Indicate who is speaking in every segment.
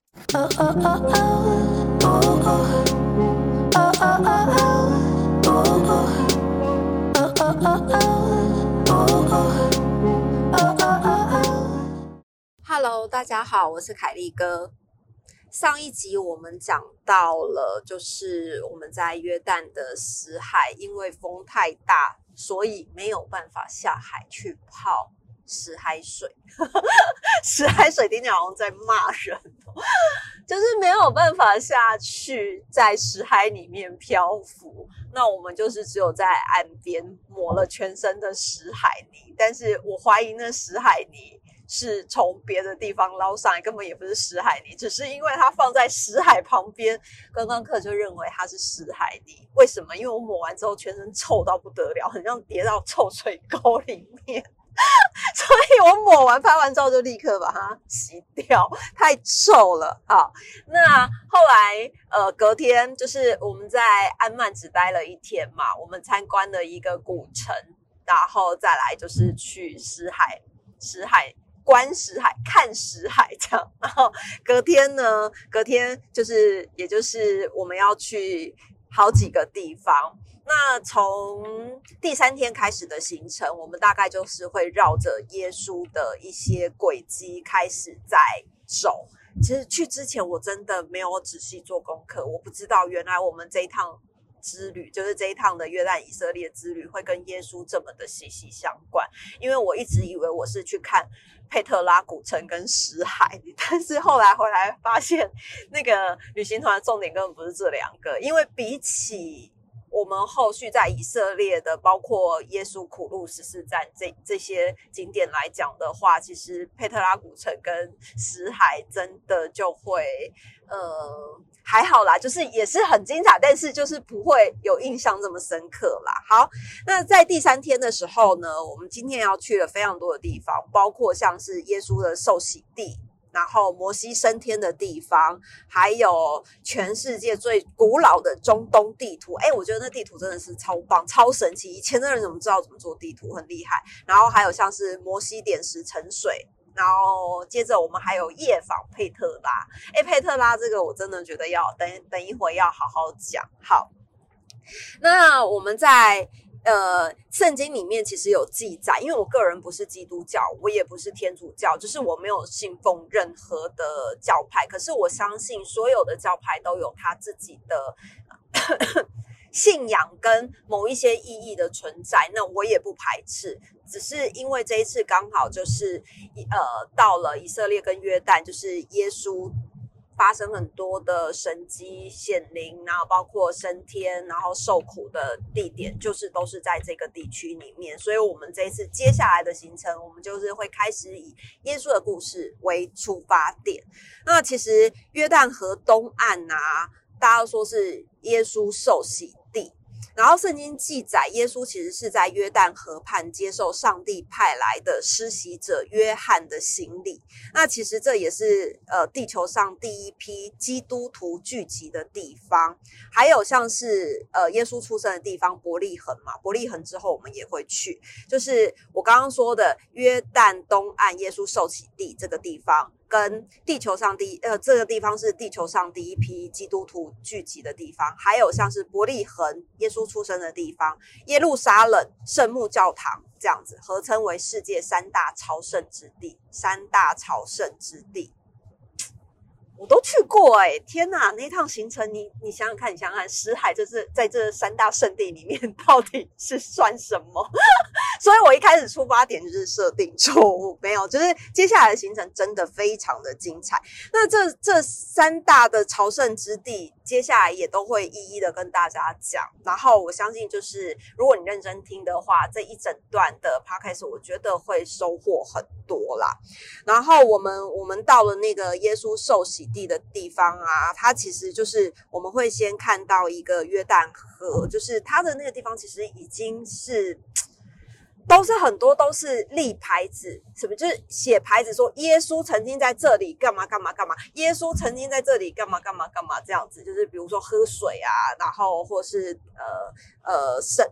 Speaker 1: Hello， 大家好，我是凯利哥。上一集我们讲到了，就是我们在约旦的死海，因为风太大，所以没有办法下海去泡死海水。死海水听起来好像在骂人就是没有办法下去在死海里面漂浮，那我们就是只有在岸边抹了全身的死海泥，但是我怀疑那死海泥是从别的地方捞上来，根本也不是死海泥，只是因为它放在死海旁边，观光客就认为它是死海泥。为什么？因为我抹完之后全身臭到不得了，很像跌到臭水沟里面所以我抹完拍完照就立刻把它洗掉，太臭了。好，那后来隔天就是我们在安曼只待了1天嘛，我们参观了一个古城，然后再来就是去死海观死海看死海这样，然后隔天就是也就是我们要去好几个地方。那从第3天开始的行程，我们大概就是会绕着耶稣的一些轨迹开始在走。其实去之前我真的没有仔细做功课，我不知道原来我们这一趟之旅，就是这一趟的约旦以色列之旅会跟耶稣这么的息息相关，因为我一直以为我是去看佩特拉古城跟死海，但是后来回来发现那个旅行团的重点根本不是这2个，因为比起我们后续在以色列的包括耶稣苦路14站这些景点来讲的话，其实佩特拉古城跟死海真的就会还好啦，就是也是很精彩，但是就是不会有印象这么深刻啦。好，那在第3天的时候呢，我们今天要去了非常多的地方，包括像是耶稣的受洗地，然后摩西升天的地方，还有全世界最古老的中东地图。我觉得那地图真的是超棒超神奇，以前的人怎么知道怎么做地图，很厉害。然后还有像是摩西点石成水，然后接着我们还有夜访佩特拉。佩特拉这个我真的觉得要等一会要好好讲。好，那我们在圣经里面其实有记载，因为我个人不是基督教，我也不是天主教，就是我没有信奉任何的教派，可是我相信所有的教派都有他自己的信仰跟某一些意义的存在，那我也不排斥，只是因为这一次刚好就是到了以色列跟约旦，就是耶稣发生很多的神迹显灵，然后包括升天，然后受苦的地点就是都是在这个地区里面，所以我们这一次接下来的行程，我们就是会开始以耶稣的故事为出发点。那其实约旦河东岸啊，大家都说是耶稣受洗地，然后圣经记载耶稣其实是在约旦河畔接受上帝派来的施洗者约翰的洗礼，那其实这也是地球上第一批基督徒聚集的地方。还有像是耶稣出生的地方伯利恒嘛，伯利恒之后我们也会去，就是我刚刚说的约旦东岸耶稣受洗地这个地方，跟地球上这个地方是地球上第一批基督徒聚集的地方，还有像是伯利恒耶稣出生的地方，耶路撒冷圣母教堂，这样子合称为世界3大朝圣之地。我都去过天哪，那趟行程你想想看，死海就是在这3大圣地里面到底是算什么所以我一开始出发点就是设定错误，没有，就是接下来的行程真的非常的精彩。那这3大的朝圣之地接下来也都会一一的跟大家讲，然后我相信就是如果你认真听的话，这一整段的 podcast 我觉得会收获很多啦。然后我们到了那个耶稣受洗地的地方啊，它其实就是我们会先看到一个约旦河，就是它的那个地方其实已经是很多都是立牌子，什么就是写牌子说耶稣曾经在这里干嘛干嘛干嘛，耶稣曾经在这里干嘛干嘛干嘛，这样子，就是比如说喝水啊，然后或是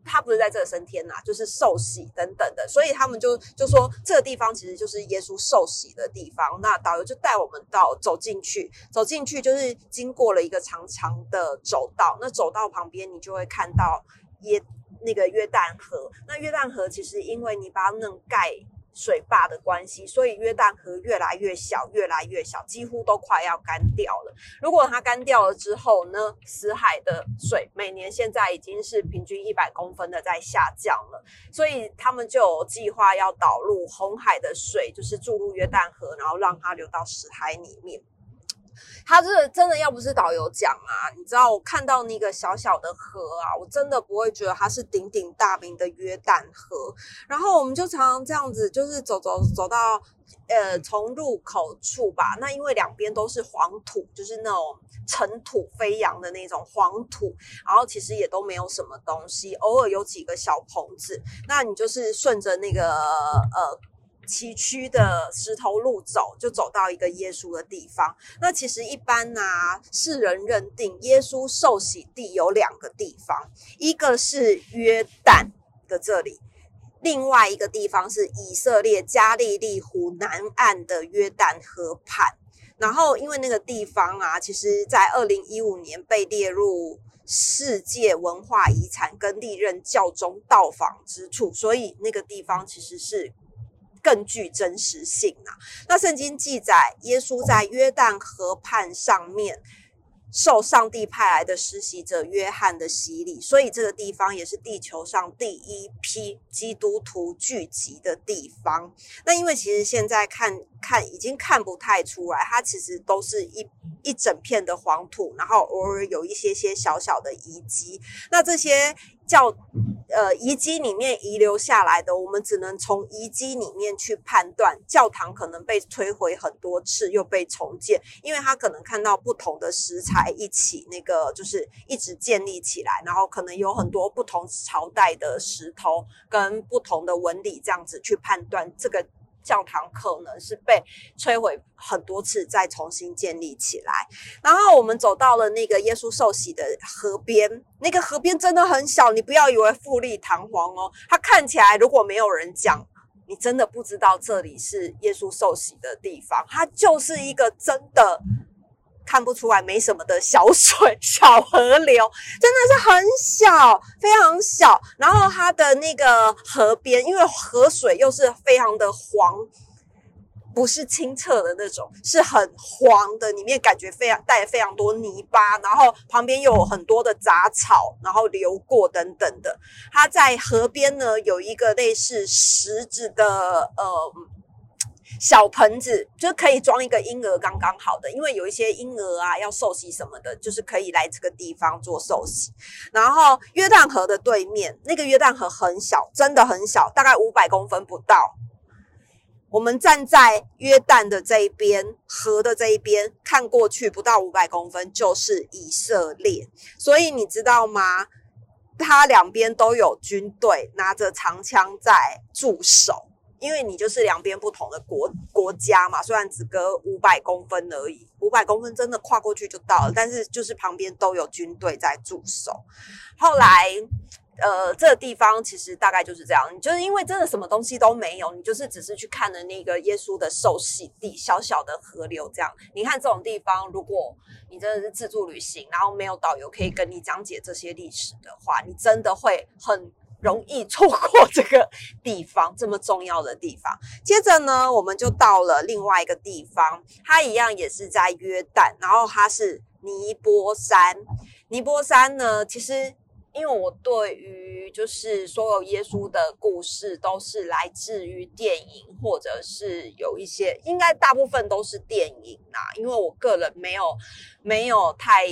Speaker 1: 他不是在这个升天就是受洗等等的，所以他们就说这个地方其实就是耶稣受洗的地方。那导游就带我们走进去就是经过了一个长长的走道，那走道旁边你就会看到那个约旦河。那约旦河其实因为黎巴嫩盖水坝的关系，所以约旦河越来越小，几乎都快要干掉了。如果它干掉了之后呢，死海的水每年现在已经是平均100公分的在下降了，所以他们就有计划要导入红海的水，就是注入约旦河，然后让它流到死海里面。他这真的要不是导游讲你知道我看到那个小小的河我真的不会觉得它是鼎鼎大名的约旦河。然后我们就常常这样子，就是走到从入口处吧，那因为两边都是黄土，就是那种尘土飞扬的那种黄土，然后其实也都没有什么东西，偶尔有几个小棚子，那你就是顺着那个崎岖的石头路走，就走到一个耶稣的地方。那其实一般世人认定耶稣受洗地有2个地方，一个是约旦的这里，另外一个地方是以色列加利利湖南岸的约旦河畔。然后因为那个地方其实在2015年被列入世界文化遗产跟历任教宗到访之处，所以那个地方其实是更具真实性那圣经记载耶稣在约旦河畔上面受上帝派来的施洗者约翰的洗礼，所以这个地方也是地球上第一批基督徒聚集的地方。那因为其实现在看已经看不太出来，它其实都是一整片的黄土，然后偶尔有一些小小的遗迹。那这些遗迹里面遗留下来的，我们只能从遗迹里面去判断教堂可能被摧毁很多次又被重建，因为它可能看到不同的石材一起就是一直建立起来，然后可能有很多不同朝代的石头跟不同的纹理，这样子去判断这个教堂可能是被摧毁很多次再重新建立起来。然后我们走到了那个耶稣受洗的河边，那个河边真的很小，你不要以为富丽堂皇它看起来如果没有人讲，你真的不知道这里是耶稣受洗的地方，它就是一个真的看不出来没什么的小水小河流，真的是很小，非常小。然后它的那个河边，因为河水又是非常的黄，不是清澈的那种，是很黄的，里面感觉带了非常多泥巴，然后旁边又有很多的杂草，然后流过等等的。它在河边呢有一个类似石子的小盆子，就是可以装一个婴儿刚刚好的，因为有一些婴儿要受洗什么的，就是可以来这个地方做受洗。然后约旦河的对面，那个约旦河很小，真的很小，大概500公分不到。我们站在约旦的这一边，河的这一边看过去不到500公分就是以色列。所以你知道吗？它两边都有军队拿着长枪在驻守，因为你就是两边不同的国家嘛，虽然只隔500公分而已，500公分真的跨过去就到了，但是就是旁边都有军队在驻守。后来这个地方其实大概就是这样，你就是因为真的什么东西都没有，你就是只是去看了那个耶稣的受洗地，小小的河流这样。你看这种地方，如果你真的是自助旅行，然后没有导游可以跟你讲解这些历史的话，你真的会很容易错过这个地方，这么重要的地方。接着呢，我们就到了另外一个地方，它一样也是在约旦，然后它是尼波山。尼波山呢，其实因为我对于就是所有耶稣的故事都是来自于电影，或者是有一些应该大部分都是电影啦，因为我个人没有太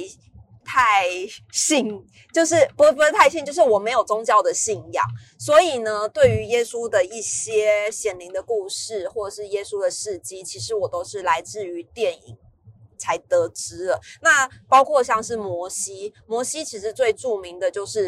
Speaker 1: 信，就是不是太信，就是我没有宗教的信仰，所以呢，对于耶稣的一些显灵的故事或者是耶稣的事迹，其实我都是来自于电影才得知了。那包括像是摩西其实最著名的就是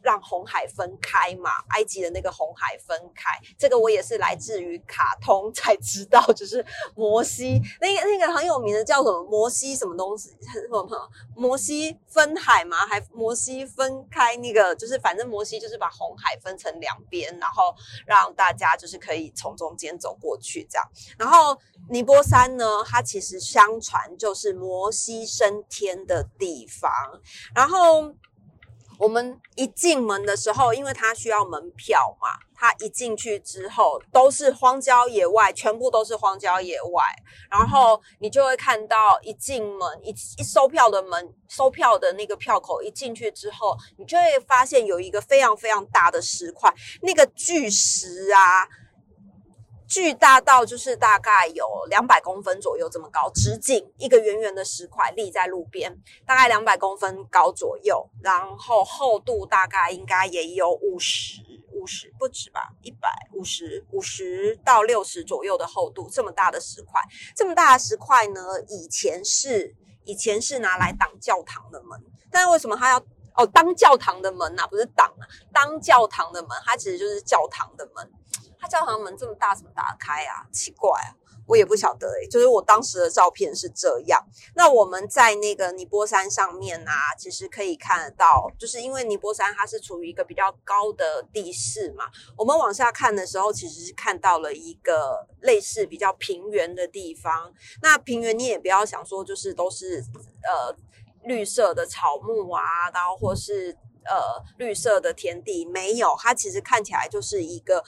Speaker 1: 让红海分开嘛，埃及的那个红海分开，这个我也是来自于卡通才知道，就是摩西那个很有名的叫什么摩西什么东西，什么摩西分海嘛，还摩西分开那个，就是反正摩西就是把红海分成两边，然后让大家就是可以从中间走过去这样。然后尼波山呢，它其实相传就是摩西升天的地方。然后我们一进门的时候，因为它需要门票嘛，它一进去之后都是荒郊野外，全部都是荒郊野外。然后你就会看到一进门一收票的门，收票的那个票口一进去之后，你就会发现有一个非常非常大的石块，那个巨石啊，巨大到就是大概有200公分左右这么高，直径一个圆圆的石块立在路边，大概200公分高左右，然后厚度大概应该也有50不止吧，150到60左右的厚度，这么大的石块。这么大的石块呢，以前是拿来挡教堂的门，但是为什么它要当教堂的门啊，不是挡啊，当教堂的门，它其实就是教堂的门。它教堂门这么大，怎么打开啊？奇怪啊，我也不晓得就是我当时的照片是这样。那我们在那个尼波山上面啊，其实可以看得到，就是因为尼波山它是处于一个比较高的地势嘛，我们往下看的时候，其实是看到了一个类似比较平原的地方。那平原你也不要想说就是都是绿色的草木啊，然后或是绿色的田地，没有，它其实看起来就是一个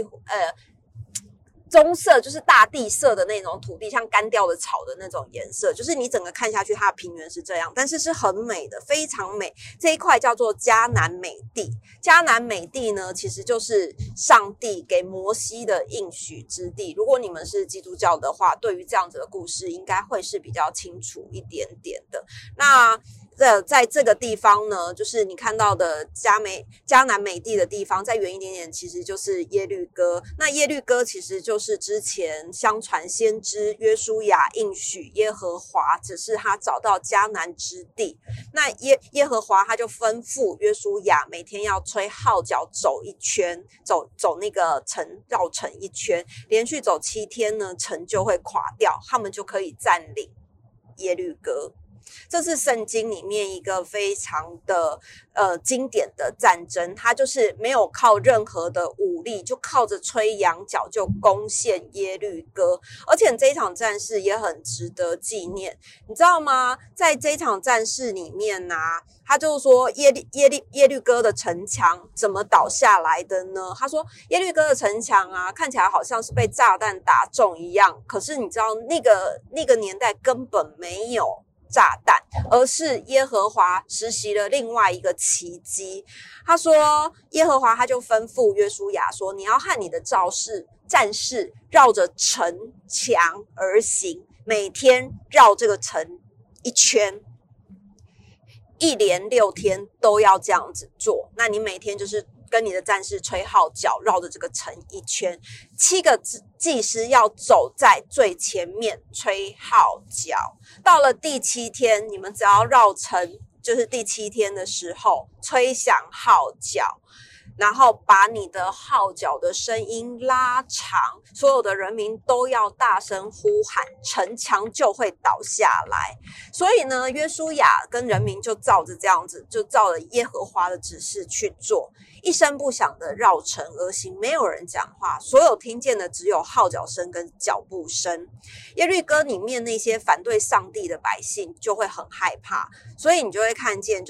Speaker 1: 棕色，就是大地色的那种土地，像干掉的草的那种颜色，就是你整个看下去它的平原是这样，但是是很美的，非常美。这一块叫做迦南美地。迦南美地呢，其实就是上帝给摩西的应许之地。如果你们是基督教的话，对于这样子的故事应该会是比较清楚一点点的。那在这个地方呢，就是你看到的迦南美地的地方，再远一点点其实就是耶律哥。那耶律哥其实就是之前相传先知约书亚应许耶和华，只是他找到迦南之地。那耶和华他就吩咐约书亚每天要吹号角走一圈，走那个城，绕城一圈，连续走7天呢，城就会垮掉，他们就可以占领耶律哥。这是圣经里面一个非常的经典的战争，它就是没有靠任何的武力，就靠着吹羊角就攻陷耶律哥。而且这一场战事也很值得纪念，你知道吗？在这一场战事里面啊，他就说耶律哥的城墙怎么倒下来的呢？他说耶律哥的城墙啊，看起来好像是被炸弹打中一样，可是你知道那个年代根本没有炸弹，而是耶和华实习了另外一个奇迹。他说耶和华他就吩咐约书亚说，你要和你的战士绕着城墙而行，每天绕这个城一圈，一连6天都要这样子做。那你每天就是跟你的战士吹号角，绕着这个城一圈，7个祭司要走在最前面吹号角。到了第7天，你们只要绕城，就是第7天的时候吹响号角，然后把你的号角的声音拉长，所有的人民都要大声呼喊，城墙就会倒下来。所以呢，约书亚跟人民就照着这样子，就照着耶和华的指示去做，一声不响的绕城而行，没有人讲话，所有听见的只有号角声跟脚步声。耶律哥里面那些反对上帝的百姓就会很害怕，所以你就会看见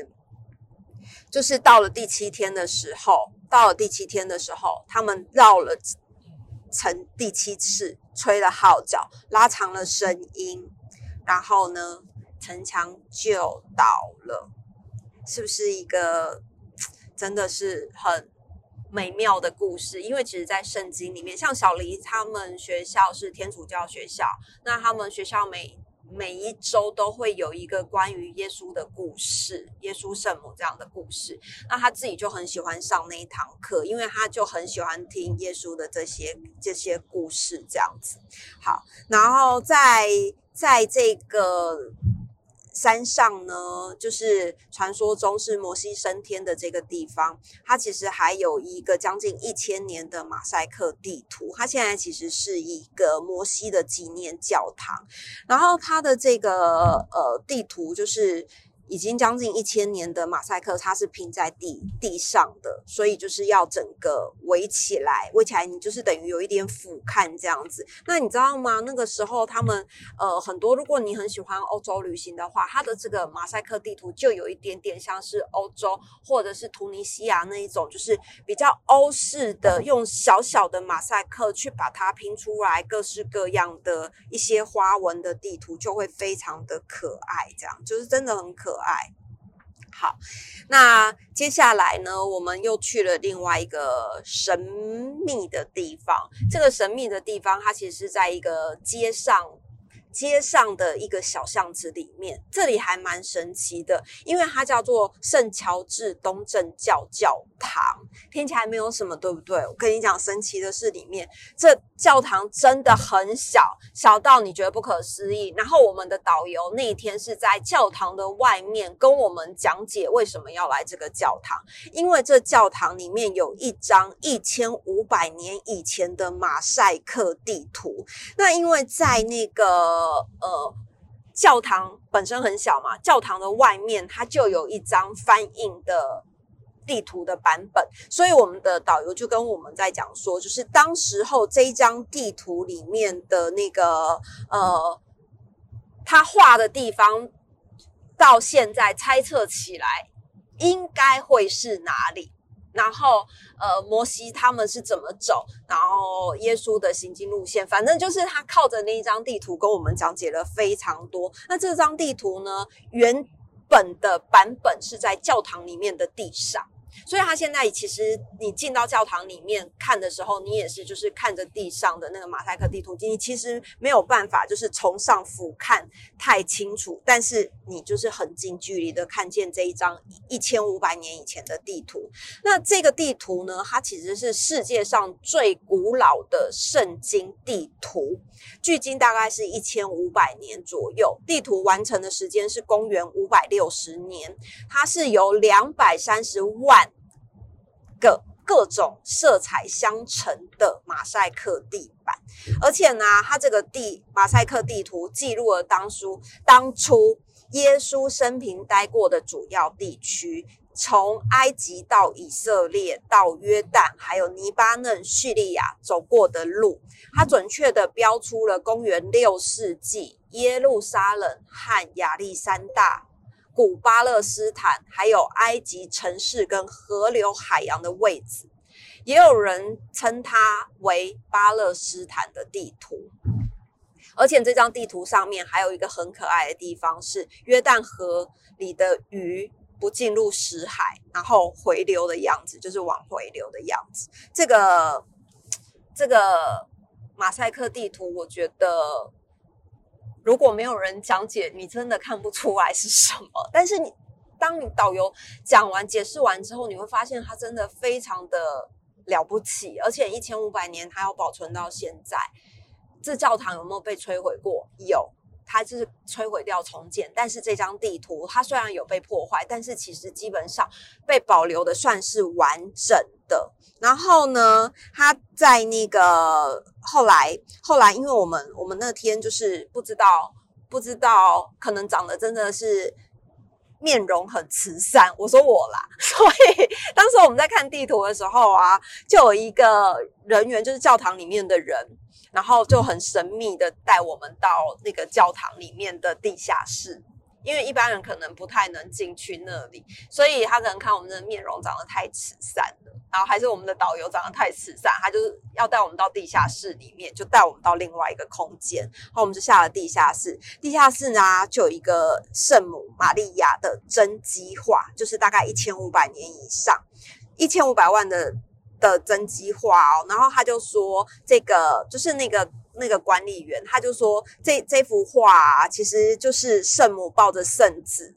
Speaker 1: 就是到了第7天的时候，他们绕了城第7次，吹了号角，拉长了声音，然后呢，城墙就倒了。是不是一个真的是很美妙的故事？因为其实在圣经里面，像小黎他们学校是天主教学校，那他们学校每一周都会有一个关于耶稣的故事，耶稣圣母这样的故事。那他自己就很喜欢上那一堂课，因为他就很喜欢听耶稣的这些故事这样子。好，然后在这个山上呢，就是传说中是摩西升天的这个地方，它其实还有一个将近1000年的马赛克地图，它现在其实是一个摩西的纪念教堂，然后它的这个地图就是已经将近1000年的马赛克，它是拼在地上的，所以就是要整个围起来，你就是等于有一点俯瞰这样子。那你知道吗？那个时候他们很多，如果你很喜欢欧洲旅行的话，它的这个马赛克地图就有一点点像是欧洲或者是突尼西亚那一种，就是比较欧式的，用小小的马赛克去把它拼出来各式各样的一些花纹的地图，就会非常的可爱，这样就是真的很可爱。好，那接下来呢，我们又去了另外一个神秘的地方。这个神秘的地方，它其实是在一个街上的一个小巷子里面，这里还蛮神奇的，因为它叫做圣乔治东正教教堂，听起来没有什么，对不对？我跟你讲，神奇的是里面这教堂真的很小，小到你觉得不可思议。然后我们的导游那一天是在教堂的外面跟我们讲解为什么要来这个教堂，因为这教堂里面有一张1500年以前的马赛克地图。那因为在那个教堂本身很小嘛，教堂的外面它就有一张翻印的地图的版本，所以我们的导游就跟我们在讲说，就是当时候这一张地图里面的那个他画的地方，到现在猜测起来应该会是哪里。然后摩西他们是怎么走，然后耶稣的行经路线，反正就是他靠着那一张地图跟我们讲解了非常多。那这张地图呢，原本的版本是在教堂里面的地上，所以他现在其实你进到教堂里面看的时候，你也是就是看着地上的那个马赛克地图，你其实没有办法就是从上俯瞰太清楚，但是你就是很近距离的看见这一张1500年以前的地图。那这个地图呢，它其实是世界上最古老的圣经地图，距今大概是1500年左右。地图完成的时间是公元560年，它是由230万个各种色彩相乘的马赛克地板，而且呢，它这个马赛克地图记录了当初耶稣生平待过的主要地区，从埃及到以色列到约旦还有黎巴嫩叙利亚走过的路，它准确的标出了公元6世纪耶路撒冷和亚历山大、古巴勒斯坦还有埃及城市跟河流海洋的位置，也有人称它为巴勒斯坦的地图。而且这张地图上面还有一个很可爱的地方，是约旦河里的鱼不进入死海，然后回流的样子，就是往回流的样子。这个马赛克地图，我觉得如果没有人讲解，你真的看不出来是什么。但是当你导游讲完解释完之后，你会发现它真的非常的了不起，而且1500年它要保存到现在。这教堂有没有被摧毁过？有，它就是摧毁掉重建，但是这张地图它虽然有被破坏，但是其实基本上被保留的算是完整的。然后呢，它在那个后来因为我们那天就是不知道可能长得真的是面容很慈善，我说我啦，所以当时我们在看地图的时候啊，就有一个人员，就是教堂里面的人，然后就很神秘的带我们到那个教堂里面的地下室，因为一般人可能不太能进去那里，所以他可能看我们的面容长得太慈善了，然后还是我们的导游长得太慈善，他就是要带我们到地下室里面，就带我们到另外一个空间，然后我们就下了地下室。地下室呢，就有一个圣母玛利亚的真迹画，就是大概1500年以上，1500万的真迹画哦。然后他就说，这个就是那个管理员，他就说这幅画啊，其实就是圣母抱着圣子，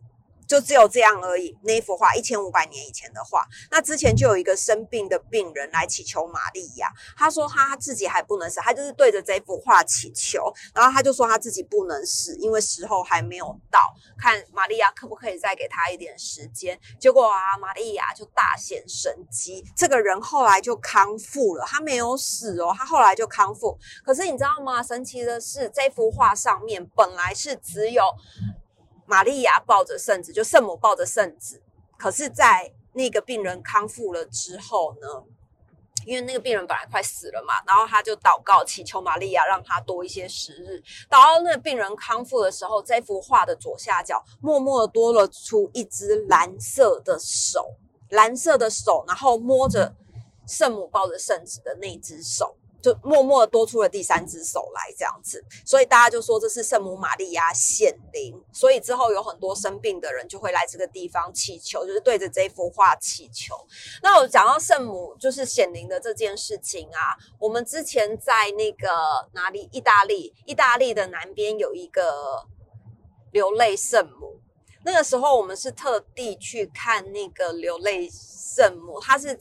Speaker 1: 就只有这样而已。那一幅画1500年以前的画，那之前就有一个生病的病人来祈求玛利亚，他说他自己还不能死，他就是对着这幅画祈求，然后他就说他自己不能死，因为时候还没有到，看玛利亚可不可以再给他一点时间。结果啊，玛利亚就大显神迹，这个人后来就康复了，他没有死哦，他后来就康复。可是你知道吗？神奇的是，这幅画上面本来是只有玛利亚抱着圣子，就圣母抱着圣子，可是在那个病人康复了之后呢，因为那个病人本来快死了嘛，然后他就祷告祈求玛利亚让他多一些时日。等到那个病人康复的时候，这幅画的左下角默默地多了出一只蓝色的手，然后摸着圣母抱着圣子的那只手，就默默地多出了第三只手来这样子，所以大家就说这是圣母玛利亚显灵。所以之后有很多生病的人就会来这个地方祈求，就是对着这幅画祈求。那我讲到圣母就是显灵的这件事情啊，我们之前在那个哪里，意大利的南边有一个流泪圣母。那个时候我们是特地去看那个流泪圣母，它是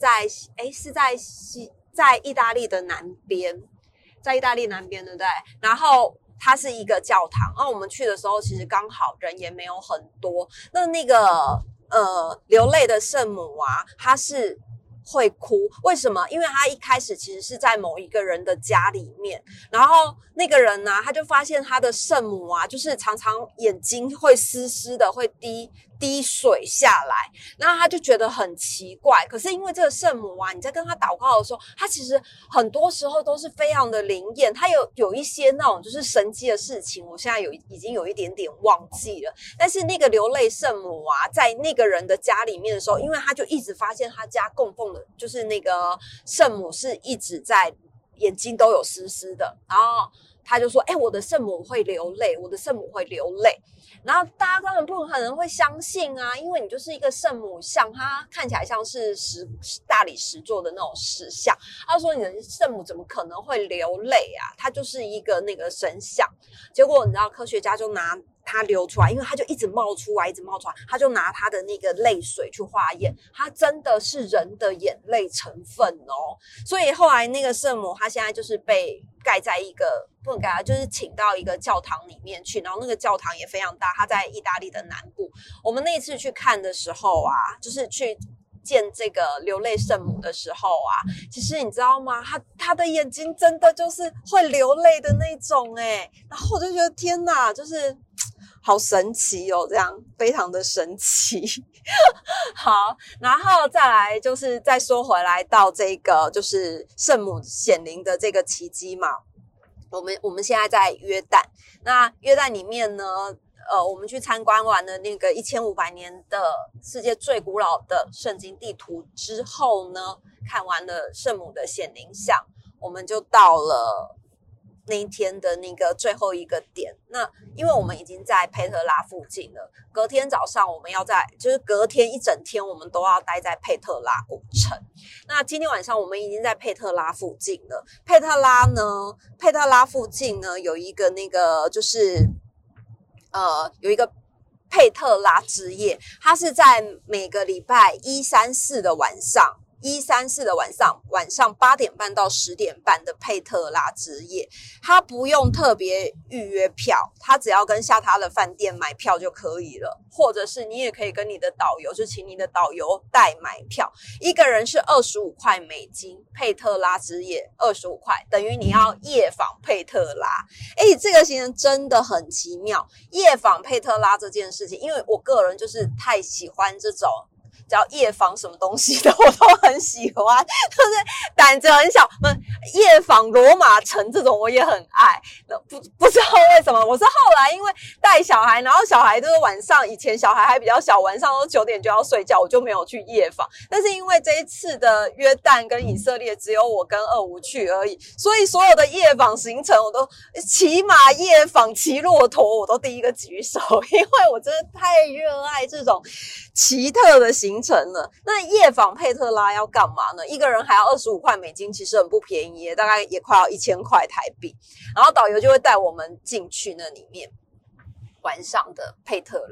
Speaker 1: 在意大利的南边，对不对？然后它是一个教堂，然后我们去的时候其实刚好人也没有很多。那个流泪的圣母啊，它是会哭，为什么？因为他一开始其实是在某一个人的家里面，然后那个人呢，他就发现他的圣母啊，就是常常眼睛会湿湿的，会滴水下来，然后他就觉得很奇怪。可是因为这个圣母啊，你在跟他祷告的时候，他其实很多时候都是非常的灵验，他有一些那种就是神迹的事情，我现在已经有一点点忘记了。但是那个流泪圣母啊，在那个人的家里面的时候，因为他就一直发现他家供奉的就是那个圣母是一直在眼睛都有湿湿的，然后他就说我的圣母会流泪，然后大家根本不可能会相信啊，因为你就是一个圣母像，它看起来像是大理石做的那种石像。他说你的圣母怎么可能会流泪啊？它就是一个那个神像。结果你知道科学家就拿它流出来，因为它就一直冒出来，他就拿它的那个泪水去化验，它真的是人的眼泪成分哦。所以后来那个圣母，它现在就是被盖在一个不能盖它，就是请到一个教堂里面去，然后那个教堂也非常大，它在意大利的南部。我们那一次去看的时候啊，就是去见这个流泪圣母的时候啊，其实你知道吗？他的眼睛真的就是会流泪的那种然后我就觉得天哪，就是好神奇哦，这样非常的神奇。好，然后再来就是再说回来到这个就是圣母显灵的这个奇迹嘛。我们现在在约旦，那约旦里面呢，我们去参观完了那个1500年的世界最古老的圣经地图之后呢，看完了圣母的显灵像，我们就到了那一天的那个最后一个点。那因为我们已经在佩特拉附近了，隔天早上我们就是隔天一整天我们都要待在佩特拉古城。那今天晚上我们已经在佩特拉附近了。佩特拉附近呢有一个那个就是有一个佩特拉之夜，它是在每个礼拜1、3、4的晚上晚上8点半到10点半的佩特拉之夜，它不用特别预约票，它只要跟下榻的饭店买票就可以了，或者是你也可以跟你的导游，就请你的导游代买票，一个人是25块美金，佩特拉之夜25块，等于你要夜访佩特拉。这个行程真的很奇妙，夜访佩特拉这件事情，因为我个人就是太喜欢这种只要夜访什么东西的我都很喜欢，就是胆子很小。夜访罗马城这种我也很爱，不知道为什么。我是后来因为带小孩，然后小孩就是晚上，以前小孩还比较小，晚上都9点就要睡觉，我就没有去夜访。但是因为这一次的约旦跟以色列只有我跟25去而已，所以所有的夜访行程我都骑马夜访、骑骆驼我都第一个举手，因为我真的太热爱这种奇特的行程了。那夜访佩特拉要干嘛呢？一个人还要25块美金，其实很不便宜，大概也快要1000块台币。然后导游就会带我们进去那里面晚上的佩特拉。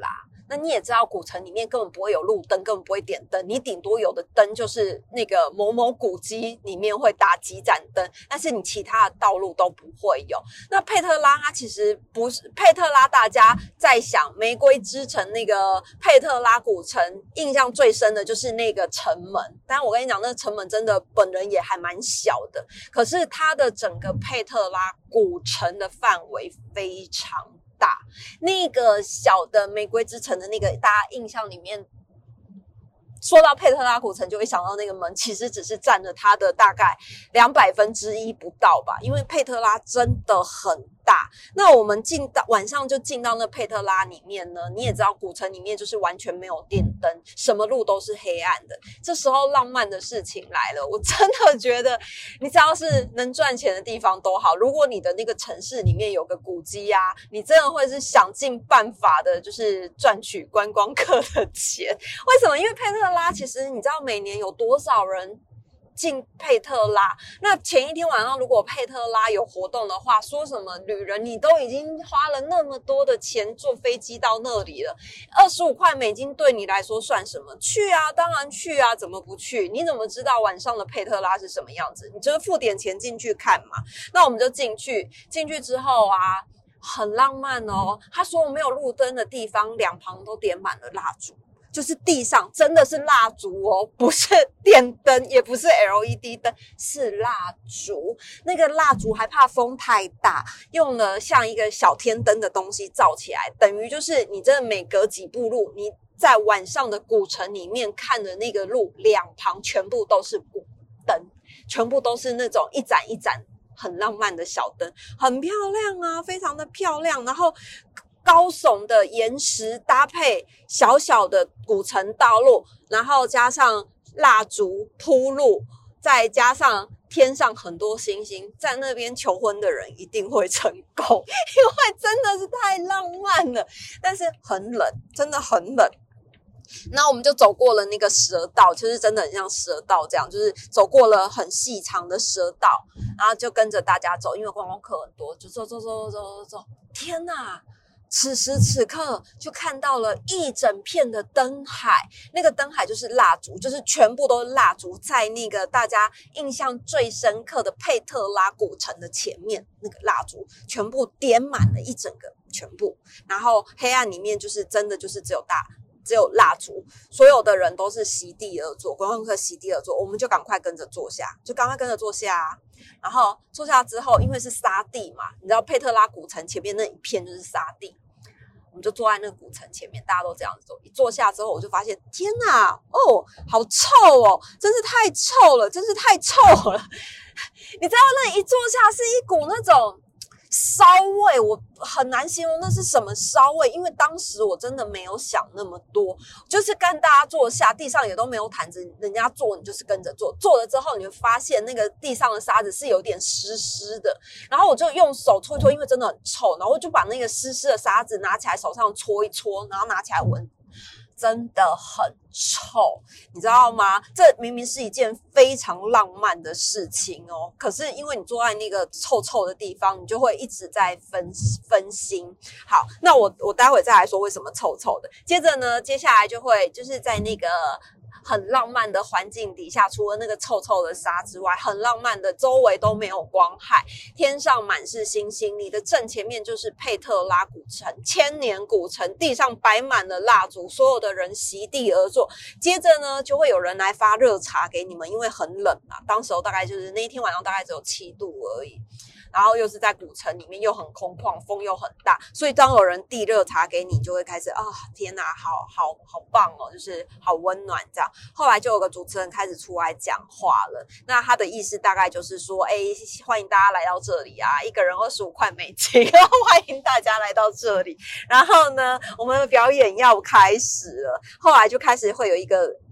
Speaker 1: 那你也知道古城里面根本不会有路灯，根本不会点灯，你顶多有的灯就是那个某某古迹里面会打几盏灯，但是你其他的道路都不会有。那佩特拉它其实不是佩特拉，大家在想玫瑰之城那个佩特拉古城，印象最深的就是那个城门，但我跟你讲，那个城门真的本人也还蛮小的，可是它的整个佩特拉古城的范围非常大。那个小的玫瑰之城的那个大家印象里面，说到佩特拉古城就会想到那个门，其实只是占了它的大概1/2不到吧，因为佩特拉真的很大。那我们晚上就进到那佩特拉里面呢，你也知道古城里面就是完全没有电灯，什么路都是黑暗的。这时候浪漫的事情来了，我真的觉得你只要是能赚钱的地方都好，如果你的那个城市里面有个古迹啊，你真的会是想尽办法的就是赚取观光客的钱。为什么？因为佩特拉其实你知道每年有多少人进佩特拉，那前一天晚上如果佩特拉有活动的话，说什么旅人你都已经花了那么多的钱坐飞机到那里了，25块美金对你来说算什么？去啊，当然去啊，怎么不去？你怎么知道晚上的佩特拉是什么样子？你就是付点钱进去看嘛。那我们就进去之后啊，很浪漫哦。他说没有路灯的地方，两旁都点满了蜡烛。就是地上真的是蜡烛哦，不是电灯，也不是 LED 灯，是蜡烛。那个蜡烛还怕风太大，用了像一个小天灯的东西照起来，等于就是你真的每隔几步路，你在晚上的古城里面看的那个路，两旁全部都是灯，全部都是那种一盏一盏很浪漫的小灯，很漂亮啊，非常的漂亮。然后高耸的岩石搭配小小的古城道路，然后加上蜡烛铺路，再加上天上很多星星，在那边求婚的人一定会成功，因为真的是太浪漫了，但是很冷，真的很冷。那我们就走过了那个蛇道，就是真的很像蛇道这样，就是走过了很细长的蛇道，然后就跟着大家走，因为观光客很多，就走，天哪！此时此刻就看到了一整片的灯海，那个灯海就是蜡烛，就是全部都是蜡烛，在那个大家印象最深刻的佩特拉古城的前面，那个蜡烛全部点满了一整个全部，然后黑暗里面就是真的就是只有蜡烛，所有的人都是席地而坐，观光客席地而坐，我们就赶快跟着坐下，然后坐下之后，因为是沙地嘛，你知道佩特拉古城前面那一片就是沙地，我们就坐在那个古城前面，大家都这样子坐。一坐下之后，我就发现，天哪，哦，好臭哦，真是太臭了。你知道那一坐下是一股那种烧味，我很难形容那是什么烧味，因为当时我真的没有想那么多，就是跟大家坐下，地上也都没有毯子，人家坐你就是跟着坐，坐了之后你会发现那个地上的沙子是有点湿湿的，然后我就用手搓一搓，因为真的很臭，然后我就把那个湿湿的沙子拿起来手上搓一搓，然后拿起来闻。真的很臭，你知道吗？这明明是一件非常浪漫的事情哦，可是因为你坐在那个臭臭的地方，你就会一直在分心。好，那我待会再来说为什么臭臭的。接下来就是在那个很浪漫的环境底下，除了那个臭臭的沙之外，很浪漫的周围都没有光害，天上满是星星，你的正前面就是佩特拉古城，千年古城，地上摆满了蜡烛，所有的人席地而坐。接着呢，就会有人来发热茶给你们，因为很冷嘛，当时大概就是那一天晚上大概只有7度而已。然后又是在古城里面，又很空旷，风又很大，所以当有人递热茶给你，就会开始天哪，好棒哦，就是好温暖这样。后来就有个主持人开始出来讲话了，那他的意思大概就是说，欢迎大家来到这里啊，一个人25块美金，欢迎大家来到这里。然后呢，我们的表演要开始了，后来就开始会有一个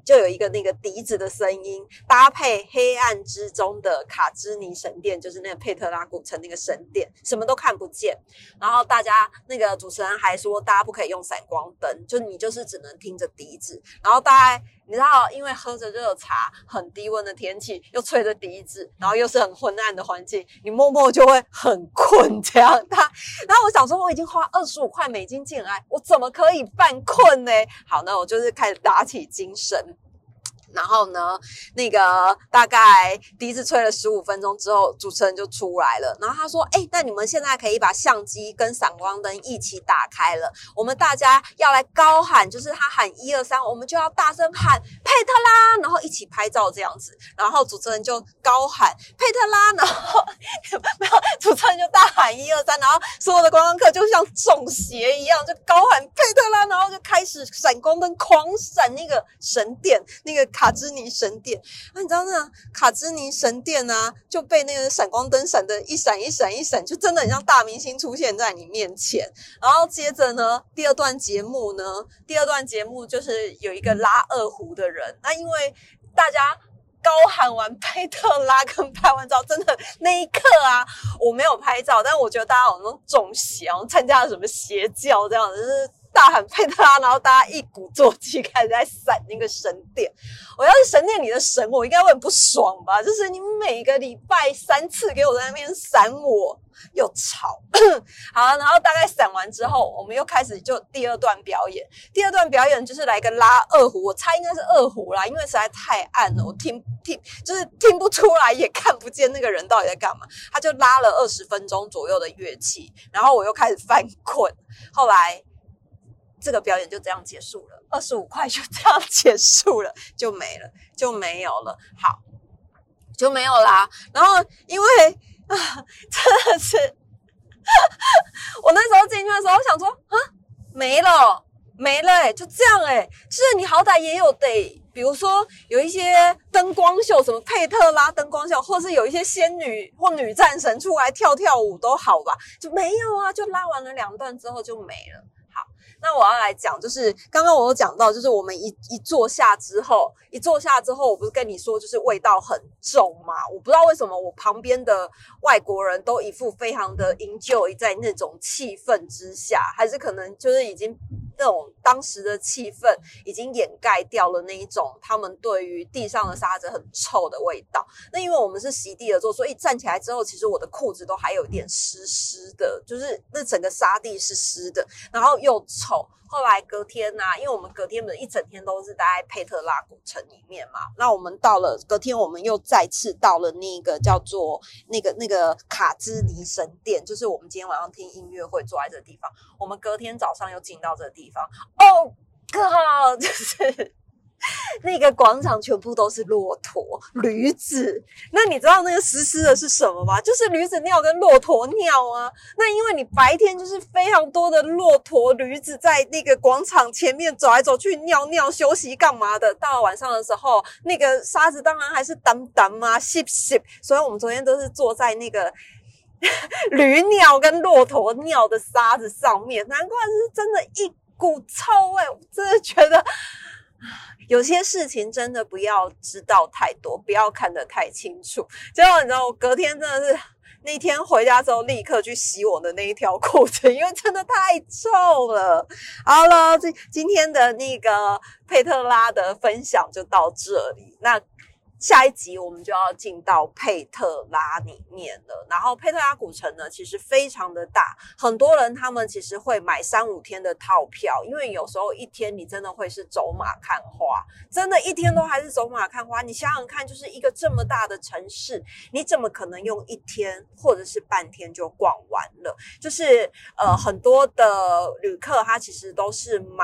Speaker 1: 就有一个那个笛子的声音，搭配黑暗之中的卡芝尼神殿，就是那个佩特拉古城那个神殿，什么都看不见。然后大家那个主持人还说，大家不可以用闪光灯，就你就是只能听着笛子。然后大家你知道，因为喝着热茶，很低温的天气，又吹着笛子，然后又是很昏暗的环境，你默默就会很困这样。然后我想说，我已经花25块美金进来，我怎么可以犯困呢？好，那我就是开始打起精神。然后呢，那个大概第一次吹了15分钟之后，主持人就出来了。然后他说：“那你们现在可以把相机跟闪光灯一起打开了。我们大家要来高喊，就是他喊1、2、3，我们就要大声喊佩特拉，然后一起拍照这样子。然后主持人就高喊佩特拉，然后没有，主持人就大喊1、2、3，然后所有的观光客就像中邪一样，就高喊佩特拉，然后就开始闪光灯狂闪那个神殿，那个卡芝尼神殿。你知道那个卡芝尼神殿啊，就被那个闪光灯闪的一闪一闪一闪，就真的很像大明星出现在你面前。然后接着呢，第二段节目就是有一个拉二胡的人。那因为大家高喊完佩特拉跟拍完照，真的那一刻啊，我没有拍照，但我觉得大家有那种中邪，参加了什么邪教这样子，就是大喊佩特拉，然后大家一鼓作气开始在闪那个神殿。我要是神殿里的神，我应该会很不爽吧？就是你每个礼拜3次给我在那边闪我，又吵。好了，然后大概闪完之后，我们又开始就第二段表演。第二段表演就是来个拉二胡，我猜应该是二胡啦，因为实在太暗了，我就是听不出来，也看不见那个人到底在干嘛。他就拉了20分钟左右的乐器，然后我又开始犯困。后来这个表演就这样结束了，25块就这样结束了，就没了，就没有了。好，就没有啦。然后因为真的是我那时候进去的时候，我想说没了就这样就是你好歹也有得，比如说有一些灯光秀，什么佩特拉灯光秀，或是有一些仙女或女战神出来跳舞都好吧，就没有啊，就拉完了2段之后就没了。那我要来讲，就是刚刚我有讲到，就是我们一坐下之后，我不是跟你说就是味道很重吗？我不知道为什么我旁边的外国人都一副非常的 enjoy 在那种气氛之下，还是可能就是已经那种当时的气氛已经掩盖掉了那一种他们对于地上的沙子很臭的味道。那因为我们是席地而坐，所以站起来之后，其实我的裤子都还有一点湿湿的，就是那整个沙地是湿的，然后又臭。后来隔天因为我们隔天的一整天都是待在佩特拉古城里面嘛，那我们到了隔天，我们又再次到了那个叫做那个卡芝尼神殿，就是我们今天晚上听音乐会坐在这个地方。我们隔天早上又进到这个地方，Oh God， 就是那个广场全部都是骆驼、驴子。那你知道那个湿湿的是什么吗？就是驴子尿跟骆驼尿啊。那因为你白天就是非常多的骆驼、驴子在那个广场前面走来走去尿尿休息干嘛的，到了晚上的时候，那个沙子当然还是掸掸啊、溼溼。所以我们昨天都是坐在那个驴尿跟骆驼尿的沙子上面，难怪是真的一股臭味。我真的觉得有些事情真的不要知道太多，不要看得太清楚。结果你知道，我隔天真的是那天回家之后立刻去洗我的那一条裤子，因为真的太臭了。好了，今天的那个佩特拉的分享就到这里。那下一集我们就要进到佩特拉里面了。然后佩特拉古城呢，其实非常的大，很多人他们其实会买3-5天的套票，因为有时候一天你真的会是走马看花，真的一天都还是走马看花。你想想看，就是一个这么大的城市，你怎么可能用1天或者是半天就逛完了？就是很多的旅客他其实都是买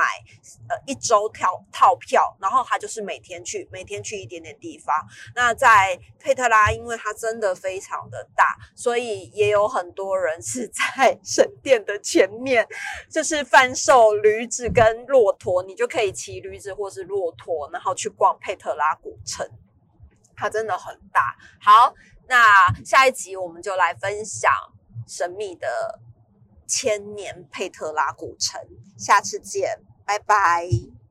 Speaker 1: 1周套票，然后他就是每天去一点点地方。那在佩特拉，因为它真的非常的大，所以也有很多人是在神殿的前面，就是贩售驴子跟骆驼，你就可以骑驴子或是骆驼，然后去逛佩特拉古城。它真的很大。好，那下一集我们就来分享神秘的1000年佩特拉古城，下次见，拜拜。